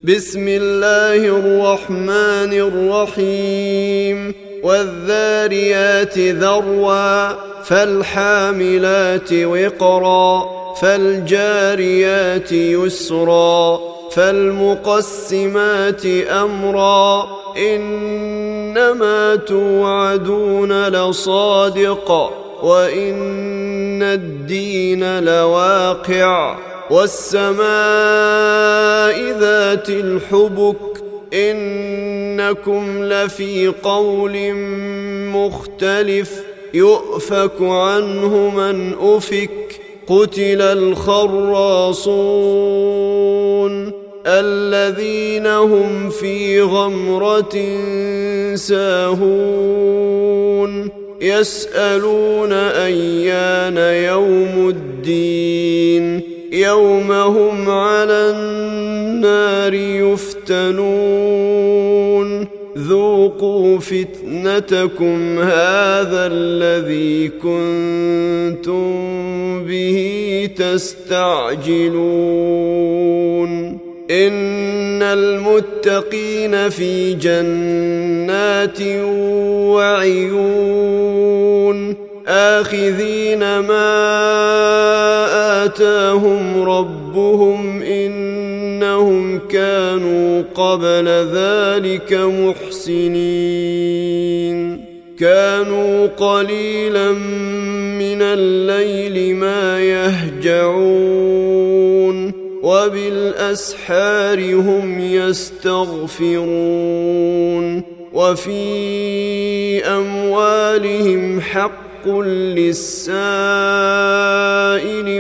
بسم الله الرحمن الرحيم والذاريات ذروا فالحاملات وقرا فالجاريات يسرا فالمقسمات أمرا إنما توعدون لصادق وإن الدين لواقع والسماء ذات الحبك إنكم لفي قول مختلف يؤفك عنه من أفك قتل الخراصون الذين هم في غمرة ساهون يسألون أيان يوم الدين يوم هم على النار يفتنون ذوقوا فتنتكم هذا الذي كنتم به تستعجلون إن المتقين في جنات وعيون آخذين ما آتاهم ربهم إنهم كانوا قبل ذلك محسنين كانوا قليلا من الليل ما يهجعون وبالأسحار هم يستغفرون وفي أموالهم حق للسائل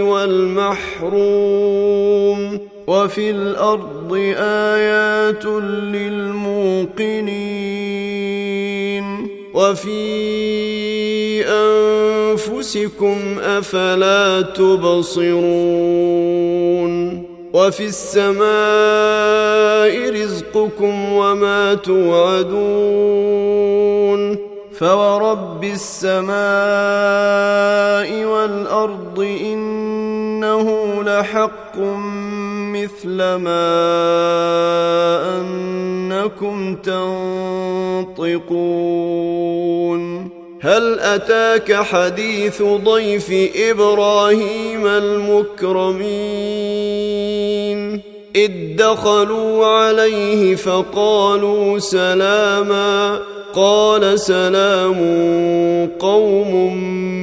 والمحروم وفي الأرض آيات للموقنين وفي أنفسكم أفلا تبصرون وفي السماء رزقكم وما توعدون فورب السماء والأرض إنه لحق مثل ما أنكم تنطقون هل أتاك حديث ضيف إبراهيم المكرمين إذ دخلوا عليه فقالوا سلاما قال سلام قوم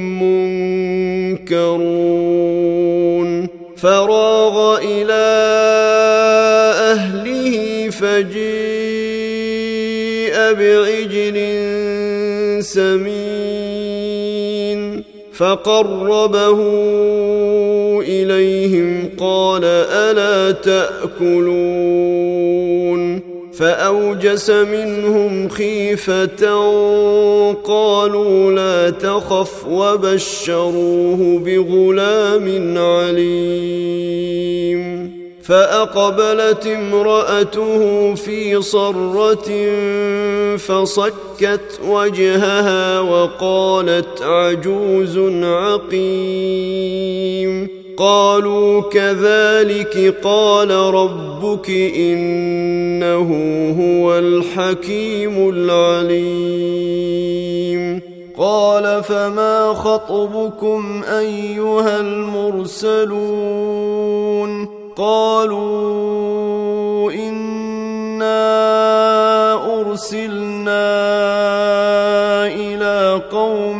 منكرون فراغ إلى أهله فجيء بعجل سمين فقربه إليهم قال ألا تأكلون فأوجس منهم خيفة قالوا لا تخف وبشروه بغلام عليم فأقبلت امرأته في صرة فصكت وجهها وقالت عجوز عقيم قالوا كذلك قال ربك إنه هو الحكيم العليم قال فما خطبكم أيها المرسلون قالوا إنا أرسلنا إلى قوم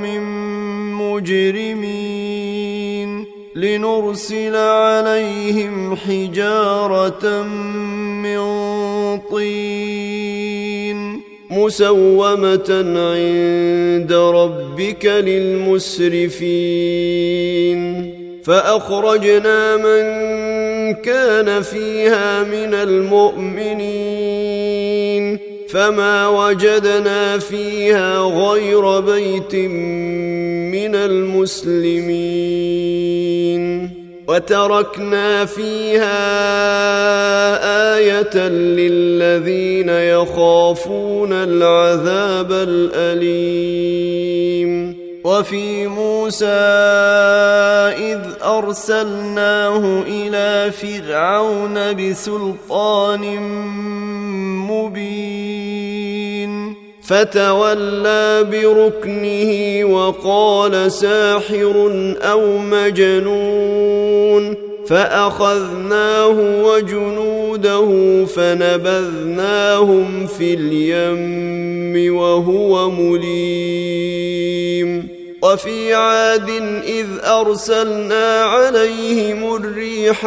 مجرمين لنرسل عليهم حجارة من طين مسومة عند ربك للمسرفين فأخرجنا من كان فيها من المؤمنين فما وجدنا فيها غير بيت من المسلمين وتركنا فيها آية للذين يخافون العذاب الأليم وفي موسى إذ أرسلناه إلى فرعون بسلطان مبين فتولى بركنه وقال ساحر أو مجنون فأخذناه وجنوده فنبذناهم في اليم وهو مليم وفي عاد إذ أرسلنا عليهم الريح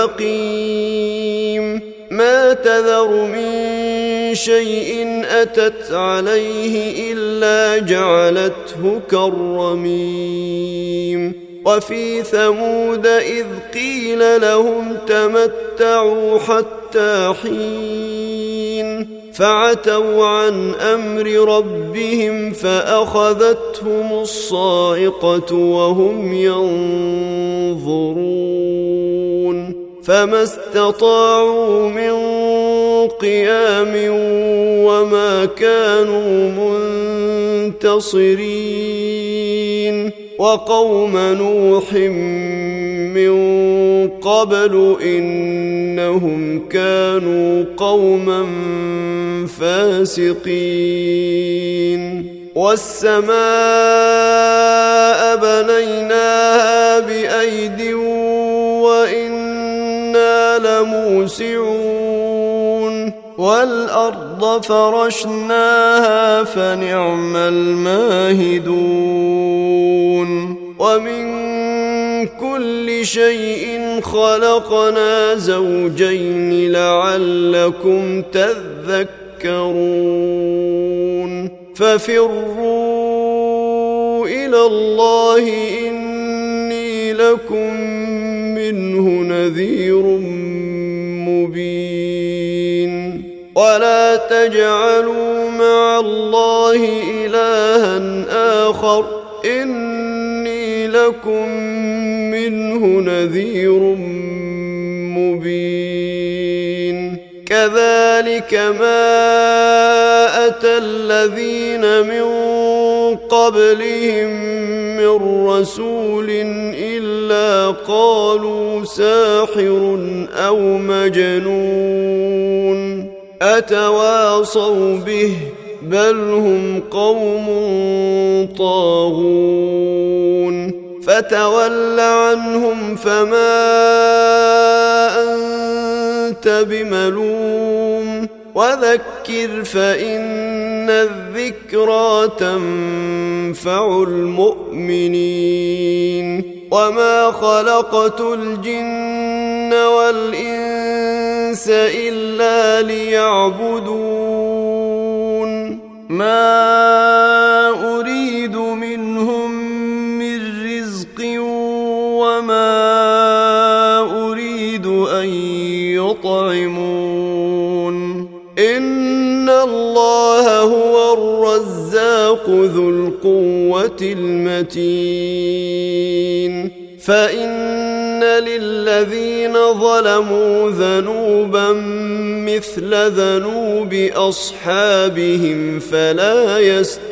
العقيم ما تذر من شيء أتت عليه إلا جعلته كالرميم وفي ثمود إذ قيل لهم تمتعوا حتى حين فعتوا عن أمر ربهم فأخذتهم الصاعقة وهم ينظرون فما استطاعوا من قيام وما كانوا منتصرين وقوم نوح من قبل إنهم كانوا قوما فاسقين والسماء بنيناها بأيد وإنا لموسعون والأرض فرشناها فنعم الماهدون ومن كل شيء خلقنا زوجين لعلكم تذكرون ففروا إلى الله إني لكم منه نذير مبين ولا تجعلوا مع الله إلها آخر إني لكم منه نذير مبين كذلك ما أتى الذين من قبلهم من رسول إلا قالوا ساحر أو مجنون أتواصوا به بل هم قوم طاغون فتول عنهم فما أنت بملوم وذكر فإن الذكرى تنفع المؤمنين وما خلقت الجن والإنس إلا ليعبدون ما أريد منهم من رزق وما أريد أن يطعمون إن الله هو الرزاق ذو القوة المتين فإن للذين ظلموا ذنوبا مثل ذنوب أصحابهم فلا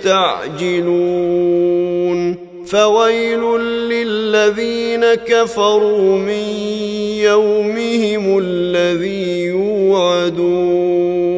يستعجلون فويل للذين كفروا من يومهم الذي يوعدون